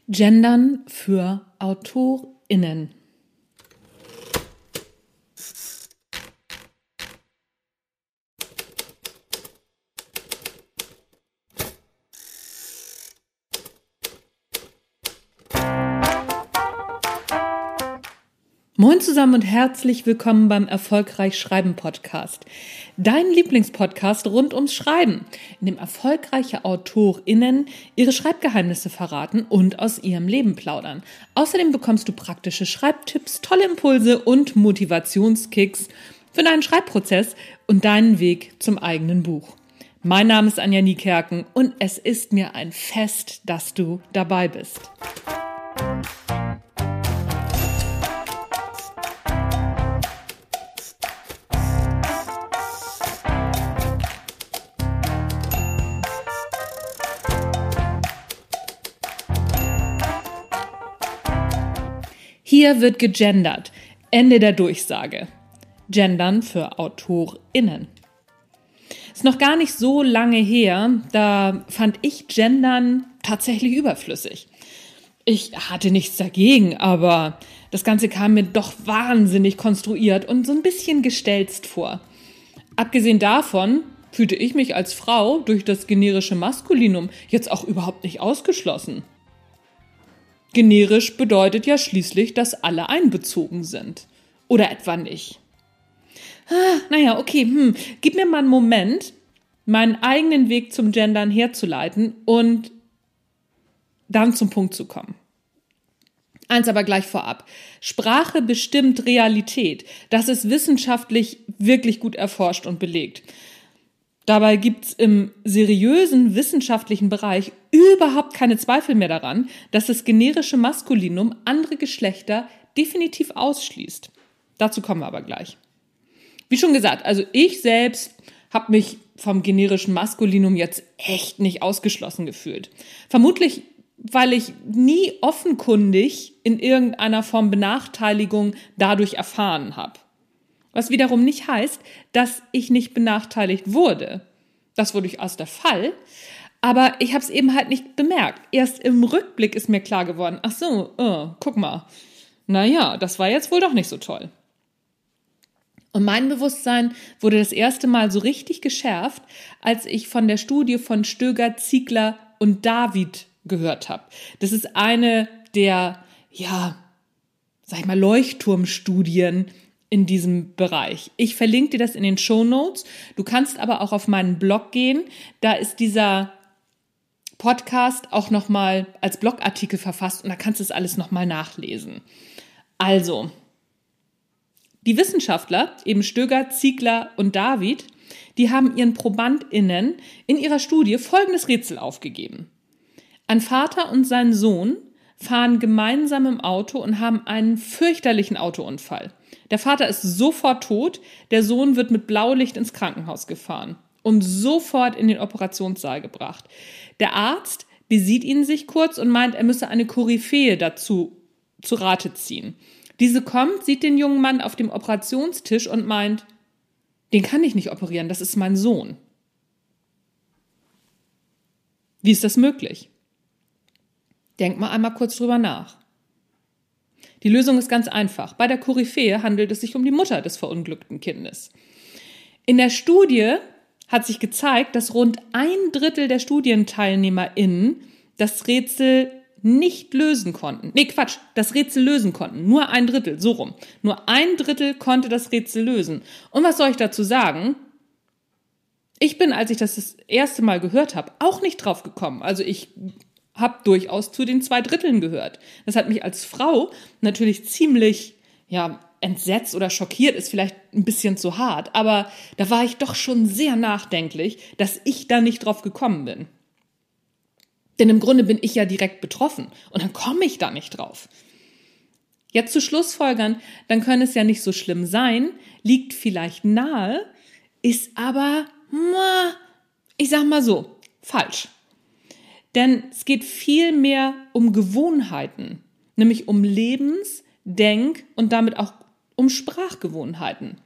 Gendern für AutorInnen. Moin zusammen und herzlich willkommen beim Erfolgreich Schreiben Podcast. Dein Lieblingspodcast rund ums Schreiben, in dem erfolgreiche AutorInnen ihre Schreibgeheimnisse verraten und aus ihrem Leben plaudern. Außerdem bekommst du praktische Schreibtipps, tolle Impulse und Motivationskicks für deinen Schreibprozess und deinen Weg zum eigenen Buch. Mein Name ist Anja Niekerken und es ist mir ein Fest, dass du dabei bist. Hier wird gegendert. Ende der Durchsage. Gendern für AutorInnen. Ist noch gar nicht so lange her, da fand ich Gendern tatsächlich überflüssig. Ich hatte nichts dagegen, aber das Ganze kam mir doch wahnsinnig konstruiert und so ein bisschen gestelzt vor. Abgesehen davon fühlte ich mich als Frau durch das generische Maskulinum jetzt auch überhaupt nicht ausgeschlossen. Generisch bedeutet ja schließlich, dass alle einbezogen sind. Oder etwa nicht? Gib mir mal einen Moment, meinen eigenen Weg zum Gendern herzuleiten und dann zum Punkt zu kommen. Eins aber gleich vorab. Sprache bestimmt Realität. Das ist wissenschaftlich wirklich gut erforscht und belegt. Dabei gibt's im seriösen wissenschaftlichen Bereich überhaupt keine Zweifel mehr daran, dass das generische Maskulinum andere Geschlechter definitiv ausschließt. Dazu kommen wir aber gleich. Wie schon gesagt, also ich selbst habe mich vom generischen Maskulinum jetzt echt nicht ausgeschlossen gefühlt. Vermutlich, weil ich nie offenkundig in irgendeiner Form Benachteiligung dadurch erfahren habe. Was wiederum nicht heißt, dass ich nicht benachteiligt wurde. Das war durchaus der Fall. Aber ich habe es eben halt nicht bemerkt. Erst im Rückblick ist mir klar geworden, guck mal. Naja, das war jetzt wohl doch nicht so toll. Und mein Bewusstsein wurde das erste Mal so richtig geschärft, als ich von der Studie von Stöger, Ziegler und David gehört habe. Das ist eine der, Leuchtturmstudien in diesem Bereich. Ich verlinke dir das in den Shownotes. Du kannst aber auch auf meinen Blog gehen. Da ist dieser Podcast auch nochmal als Blogartikel verfasst und da kannst du es alles nochmal nachlesen. Also, die Wissenschaftler, eben Stöger, Ziegler und David, die haben ihren ProbandInnen in ihrer Studie folgendes Rätsel aufgegeben. Ein Vater und sein Sohn fahren gemeinsam im Auto und haben einen fürchterlichen Autounfall. Der Vater ist sofort tot, der Sohn wird mit Blaulicht ins Krankenhaus gefahren und sofort in den Operationssaal gebracht. Der Arzt besieht ihn sich kurz und meint, er müsse eine Koryphäe dazu zu Rate ziehen. Diese kommt, sieht den jungen Mann auf dem Operationstisch und meint, den kann ich nicht operieren, das ist mein Sohn. Wie ist das möglich? Denk mal einmal kurz drüber nach. Die Lösung ist ganz einfach. Bei der Koryphäe handelt es sich um die Mutter des verunglückten Kindes. In der Studie hat sich gezeigt, dass rund 1/3 der StudienteilnehmerInnen das Rätsel nicht lösen konnten. Das Rätsel lösen konnten. Nur 1/3, so rum. Nur 1/3 konnte das Rätsel lösen. Und was soll ich dazu sagen? Ich bin, als ich das erste Mal gehört habe, auch nicht drauf gekommen. Also ich habe durchaus zu den 2/3 gehört. Das hat mich als Frau natürlich ziemlich, entsetzt oder schockiert, ist vielleicht ein bisschen zu hart, aber da war ich doch schon sehr nachdenklich, dass ich da nicht drauf gekommen bin. Denn im Grunde bin ich ja direkt betroffen und dann komme ich da nicht drauf. Jetzt zu Schlussfolgern, dann könnte es ja nicht so schlimm sein, liegt vielleicht nahe, ist aber, ich sag mal so, falsch. Denn es geht viel mehr um Gewohnheiten, nämlich um Lebens-, Denk- und damit auch um Sprachgewohnheiten.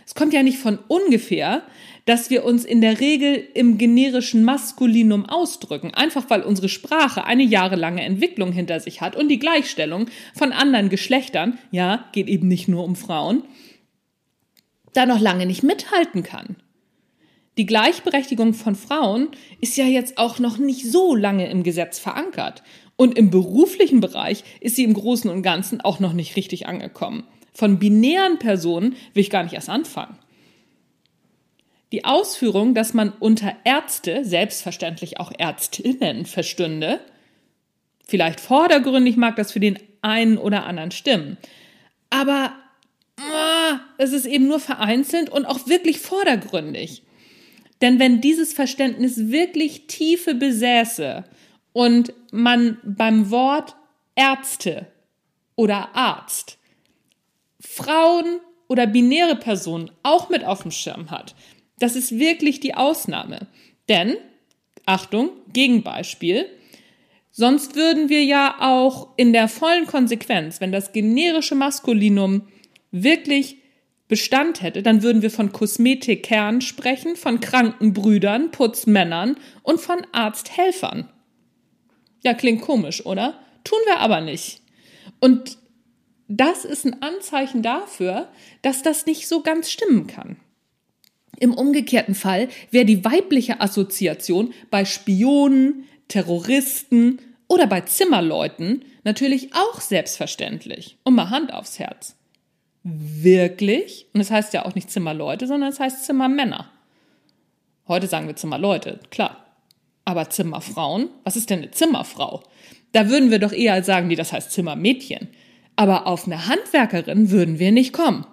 Es kommt ja nicht von ungefähr, dass wir uns in der Regel im generischen Maskulinum ausdrücken, einfach weil unsere Sprache eine jahrelange Entwicklung hinter sich hat und die Gleichstellung von anderen Geschlechtern, ja, geht eben nicht nur um Frauen, da noch lange nicht mithalten kann. Die Gleichberechtigung von Frauen ist ja jetzt auch noch nicht so lange im Gesetz verankert. Und im beruflichen Bereich ist sie im Großen und Ganzen auch noch nicht richtig angekommen. Von binären Personen will ich gar nicht erst anfangen. Die Ausführung, dass man unter Ärzte, selbstverständlich auch Ärztinnen verstünde, vielleicht vordergründig mag das für den einen oder anderen stimmen, aber es ist eben nur vereinzelt und auch wirklich vordergründig. Denn wenn dieses Verständnis wirklich Tiefe besäße und man beim Wort Ärzte oder Arzt Frauen oder binäre Personen auch mit auf dem Schirm hat, das ist wirklich die Ausnahme. Denn, Achtung, Gegenbeispiel, sonst würden wir ja auch in der vollen Konsequenz, wenn das generische Maskulinum wirklich Bestand hätte, dann würden wir von Kosmetikern sprechen, von Krankenbrüdern, Putzmännern und von Arzthelfern. Ja, klingt komisch, oder? Tun wir aber nicht. Und das ist ein Anzeichen dafür, dass das nicht so ganz stimmen kann. Im umgekehrten Fall wäre die weibliche Assoziation bei Spionen, Terroristen oder bei Zimmerleuten natürlich auch selbstverständlich. Und mal Hand aufs Herz. Wirklich? Und es heißt ja auch nicht Zimmerleute, sondern es heißt Zimmermänner. Heute sagen wir Zimmerleute, klar. Aber Zimmerfrauen? Was ist denn eine Zimmerfrau? Da würden wir doch eher sagen, das heißt Zimmermädchen. Aber auf eine Handwerkerin würden wir nicht kommen.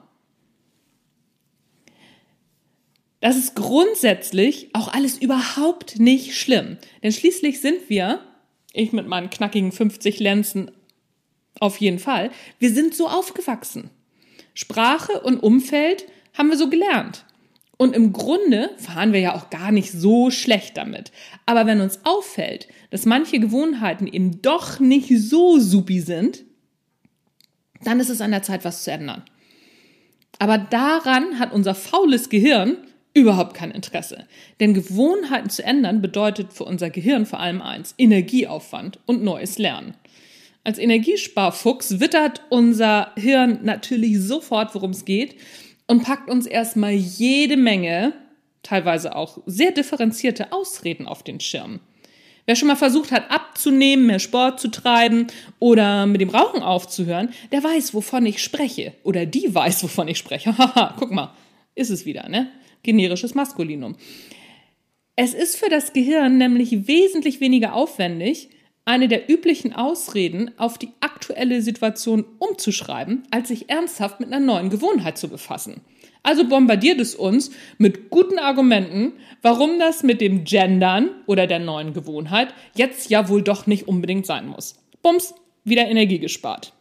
Das ist grundsätzlich auch alles überhaupt nicht schlimm. Denn schließlich sind wir, ich mit meinen knackigen 50 Lenzen auf jeden Fall, wir sind so aufgewachsen. Sprache und Umfeld haben wir so gelernt. Und im Grunde fahren wir ja auch gar nicht so schlecht damit. Aber wenn uns auffällt, dass manche Gewohnheiten eben doch nicht so supi sind, dann ist es an der Zeit, was zu ändern. Aber daran hat unser faules Gehirn überhaupt kein Interesse. Denn Gewohnheiten zu ändern bedeutet für unser Gehirn vor allem eins: Energieaufwand und neues Lernen. Als Energiesparfuchs wittert unser Hirn natürlich sofort, worum es geht, und packt uns erstmal jede Menge, teilweise auch sehr differenzierte Ausreden auf den Schirm. Wer schon mal versucht hat, abzunehmen, mehr Sport zu treiben oder mit dem Rauchen aufzuhören, der weiß, wovon ich spreche. Oder die weiß, wovon ich spreche. Haha, guck mal, ist es wieder, ne? Generisches Maskulinum. Es ist für das Gehirn nämlich wesentlich weniger aufwendig, eine der üblichen Ausreden auf die aktuelle Situation umzuschreiben, als sich ernsthaft mit einer neuen Gewohnheit zu befassen. Also bombardiert es uns mit guten Argumenten, warum das mit dem Gendern oder der neuen Gewohnheit jetzt ja wohl doch nicht unbedingt sein muss. Bums, wieder Energie gespart.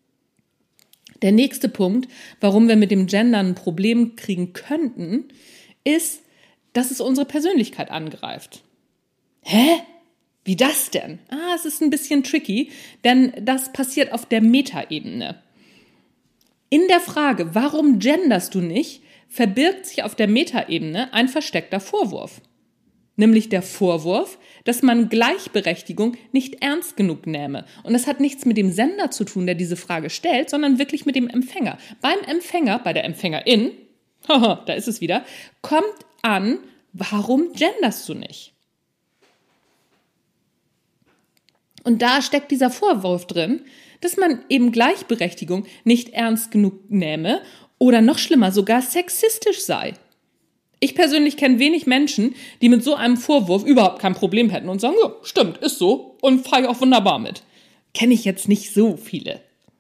Der nächste Punkt, warum wir mit dem Gendern ein Problem kriegen könnten, ist, dass es unsere Persönlichkeit angreift. Hä? Wie das denn? Es ist ein bisschen tricky, denn das passiert auf der Metaebene. In der Frage, warum genderst du nicht, verbirgt sich auf der Metaebene ein versteckter Vorwurf. Nämlich der Vorwurf, dass man Gleichberechtigung nicht ernst genug nähme. Und das hat nichts mit dem Sender zu tun, der diese Frage stellt, sondern wirklich mit dem Empfänger. Beim Empfänger, bei der Empfängerin, da ist es wieder, kommt an, warum genderst du nicht? Und da steckt dieser Vorwurf drin, dass man eben Gleichberechtigung nicht ernst genug nähme oder noch schlimmer, sogar sexistisch sei. Ich persönlich kenne wenig Menschen, die mit so einem Vorwurf überhaupt kein Problem hätten und sagen, ja, stimmt, ist so und fahre ich auch wunderbar mit. Kenne ich jetzt nicht so viele.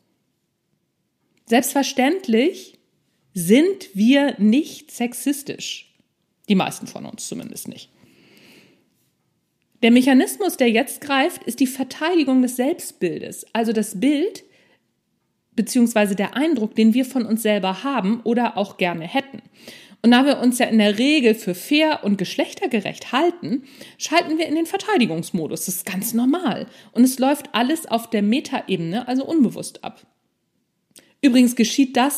Selbstverständlich sind wir nicht sexistisch. Die meisten von uns zumindest nicht. Der Mechanismus, der jetzt greift, ist die Verteidigung des Selbstbildes, also das Bild bzw. der Eindruck, den wir von uns selber haben oder auch gerne hätten. Und da wir uns ja in der Regel für fair und geschlechtergerecht halten, schalten wir in den Verteidigungsmodus. Das ist ganz normal. Und es läuft alles auf der Metaebene, also unbewusst ab. Übrigens geschieht das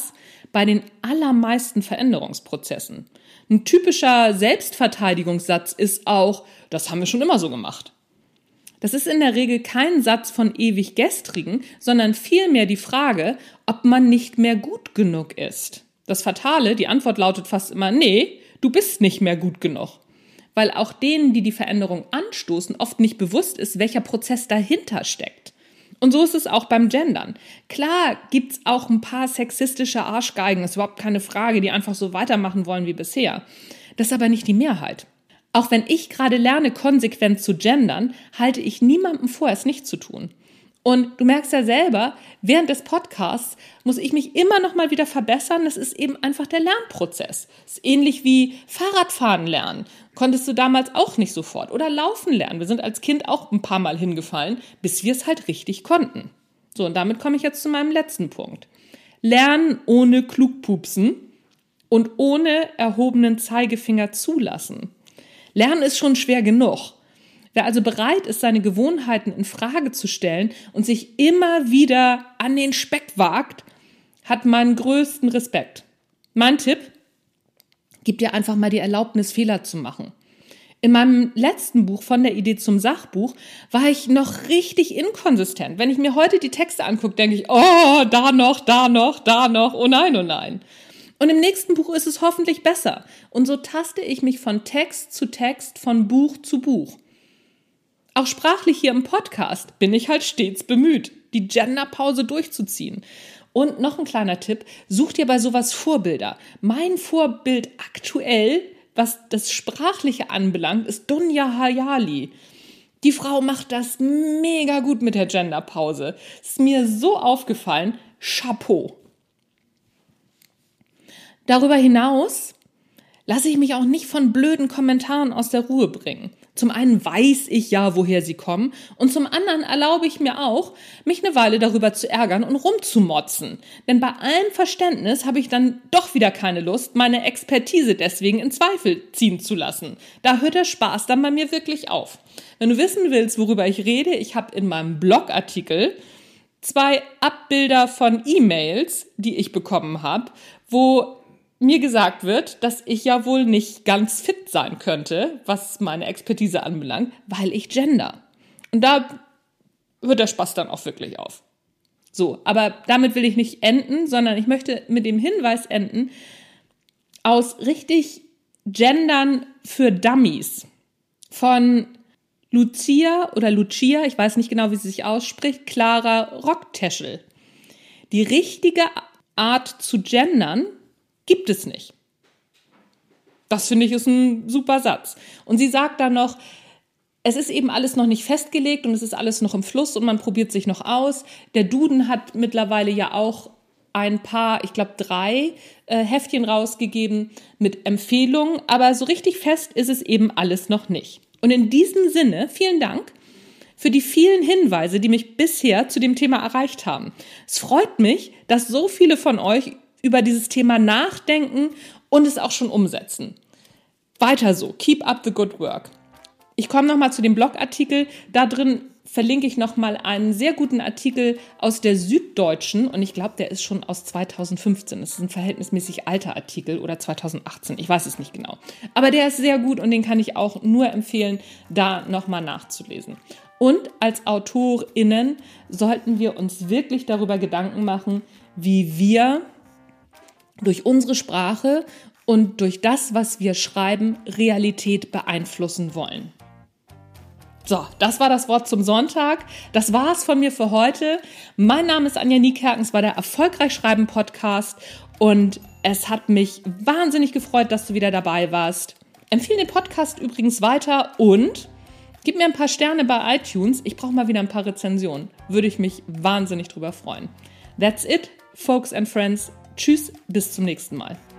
bei den allermeisten Veränderungsprozessen. Ein typischer Selbstverteidigungssatz ist auch, das haben wir schon immer so gemacht. Das ist in der Regel kein Satz von ewig Gestrigen, sondern vielmehr die Frage, ob man nicht mehr gut genug ist. Das Fatale, die Antwort lautet fast immer, nee, du bist nicht mehr gut genug. Weil auch denen, die die Veränderung anstoßen, oft nicht bewusst ist, welcher Prozess dahinter steckt. Und so ist es auch beim Gendern. Klar gibt's auch ein paar sexistische Arschgeigen, ist überhaupt keine Frage, die einfach so weitermachen wollen wie bisher. Das ist aber nicht die Mehrheit. Auch wenn ich gerade lerne, konsequent zu gendern, halte ich niemandem vor, es nicht zu tun. Und du merkst ja selber, während des Podcasts muss ich mich immer noch mal wieder verbessern. Das ist eben einfach der Lernprozess. Das ist ähnlich wie Fahrradfahren lernen. Konntest du damals auch nicht sofort. Oder Laufen lernen. Wir sind als Kind auch ein paar Mal hingefallen, bis wir es halt richtig konnten. So, und damit komme ich jetzt zu meinem letzten Punkt. Lernen ohne Klugpupsen und ohne erhobenen Zeigefinger zulassen. Lernen ist schon schwer genug. Wer also bereit ist, seine Gewohnheiten in Frage zu stellen und sich immer wieder an den Speck wagt, hat meinen größten Respekt. Mein Tipp: Gib dir einfach mal die Erlaubnis, Fehler zu machen. In meinem letzten Buch, von der Idee zum Sachbuch, war ich noch richtig inkonsistent. Wenn ich mir heute die Texte angucke, denke ich, oh, da noch, oh nein, oh nein. Und im nächsten Buch ist es hoffentlich besser. Und so taste ich mich von Text zu Text, von Buch zu Buch. Auch sprachlich hier im Podcast bin ich halt stets bemüht, die Genderpause durchzuziehen. Und noch ein kleiner Tipp, such dir bei sowas Vorbilder. Mein Vorbild aktuell, was das Sprachliche anbelangt, ist Dunja Hayali. Die Frau macht das mega gut mit der Genderpause. Ist mir so aufgefallen, Chapeau. Darüber hinaus lasse ich mich auch nicht von blöden Kommentaren aus der Ruhe bringen. Zum einen weiß ich ja, woher sie kommen, und zum anderen erlaube ich mir auch, mich eine Weile darüber zu ärgern und rumzumotzen. Denn bei allem Verständnis habe ich dann doch wieder keine Lust, meine Expertise deswegen in Zweifel ziehen zu lassen. Da hört der Spaß dann bei mir wirklich auf. Wenn du wissen willst, worüber ich rede, ich habe in meinem Blogartikel 2 Abbilder von E-Mails, die ich bekommen habe, wo mir gesagt wird, dass ich ja wohl nicht ganz fit sein könnte, was meine Expertise anbelangt, weil ich gender. Und da hört der Spaß dann auch wirklich auf. So, aber damit will ich nicht enden, sondern ich möchte mit dem Hinweis enden, aus richtig Gendern für Dummies von Lucia, ich weiß nicht genau, wie sie sich ausspricht, Clara Rockteschel. Die richtige Art zu gendern gibt es nicht. Das finde ich ist ein super Satz. Und sie sagt dann noch, es ist eben alles noch nicht festgelegt und es ist alles noch im Fluss und man probiert sich noch aus. Der Duden hat mittlerweile ja auch ein paar, ich glaube 3 Heftchen rausgegeben mit Empfehlungen, aber so richtig fest ist es eben alles noch nicht. Und in diesem Sinne, vielen Dank für die vielen Hinweise, die mich bisher zu dem Thema erreicht haben. Es freut mich, dass so viele von euch über dieses Thema nachdenken und es auch schon umsetzen. Weiter so, keep up the good work. Ich komme nochmal zu dem Blogartikel, da drin verlinke ich nochmal einen sehr guten Artikel aus der Süddeutschen und ich glaube, der ist schon aus 2015. Das ist ein verhältnismäßig alter Artikel oder 2018, ich weiß es nicht genau. Aber der ist sehr gut und den kann ich auch nur empfehlen, da nochmal nachzulesen. Und als AutorInnen sollten wir uns wirklich darüber Gedanken machen, wie wir durch unsere Sprache und durch das, was wir schreiben, Realität beeinflussen wollen. So, das war das Wort zum Sonntag. Das war's von mir für heute. Mein Name ist Anja Niekerken, es war der Erfolgreich Schreiben Podcast und es hat mich wahnsinnig gefreut, dass du wieder dabei warst. Empfehle den Podcast übrigens weiter und gib mir ein paar Sterne bei iTunes. Ich brauche mal wieder ein paar Rezensionen. Würde ich mich wahnsinnig drüber freuen. That's it, folks and friends. Tschüss, bis zum nächsten Mal.